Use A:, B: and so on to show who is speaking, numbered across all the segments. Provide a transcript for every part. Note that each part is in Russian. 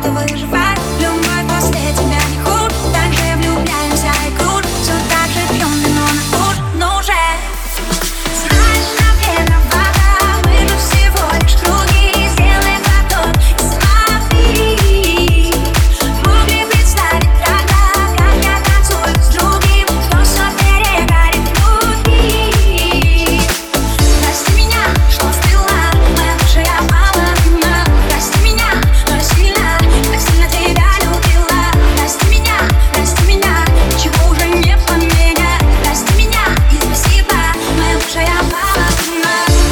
A: кто выживает. Любовь после тебя не худ, так же влюбляемся и крут. Все так же пьем вино на кур, но уже знаешь, на время вода, мы же всего лишь круги. Сделай глоток и смотри. Могли представить тогда, как я танцую с другим, что все перегорит внутри. Прости меня, что стыла, моя бывшая половина. Прости меня, но я сильно, так сильно тебя любила. Прости меня, ничего уже не поменять. Прости меня и спасибо, моя бывшая половина.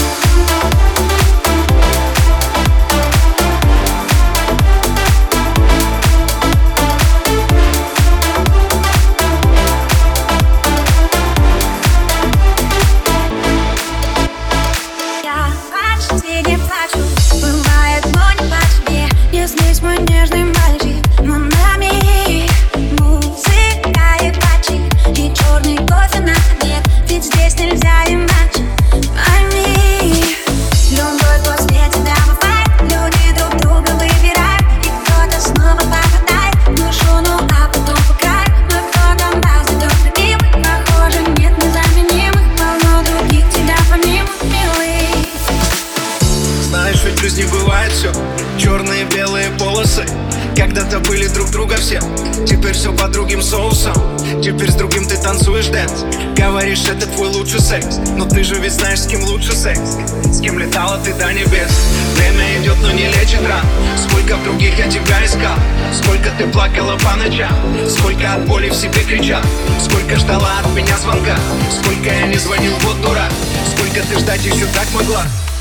A: Я почти не плачу, бывает, но не по тебе. Я здесь мой нежный мальчик, но нами музыка и патчи, и черный кофе на обед, ведь здесь нельзя иначе. Пойми, любовь после тебя бывает, люди друг друга выбирают, и кто-то снова попадает в душу, ну а потом по краю. Но кто-то нас идет любимый, похоже, нет незаменимых, полно других тебя помимо, милый.
B: Знаешь, ведь в жизни бывает все, черные, белые полосы. Когда-то были друг друга все, теперь все по другим соусам. Теперь с другим ты танцуешь дэнс. Говоришь, это твой лучший секс, но ты же ведь знаешь, с кем лучше секс. С кем летала ты до небес. Время идет, но не лечит ран. Сколько в других я тебя искал, сколько ты плакала по ночам, сколько от боли в себе кричал, сколько ждала от меня звонка, сколько я не звонил, вот дурак, сколько ты ждать еще так могла.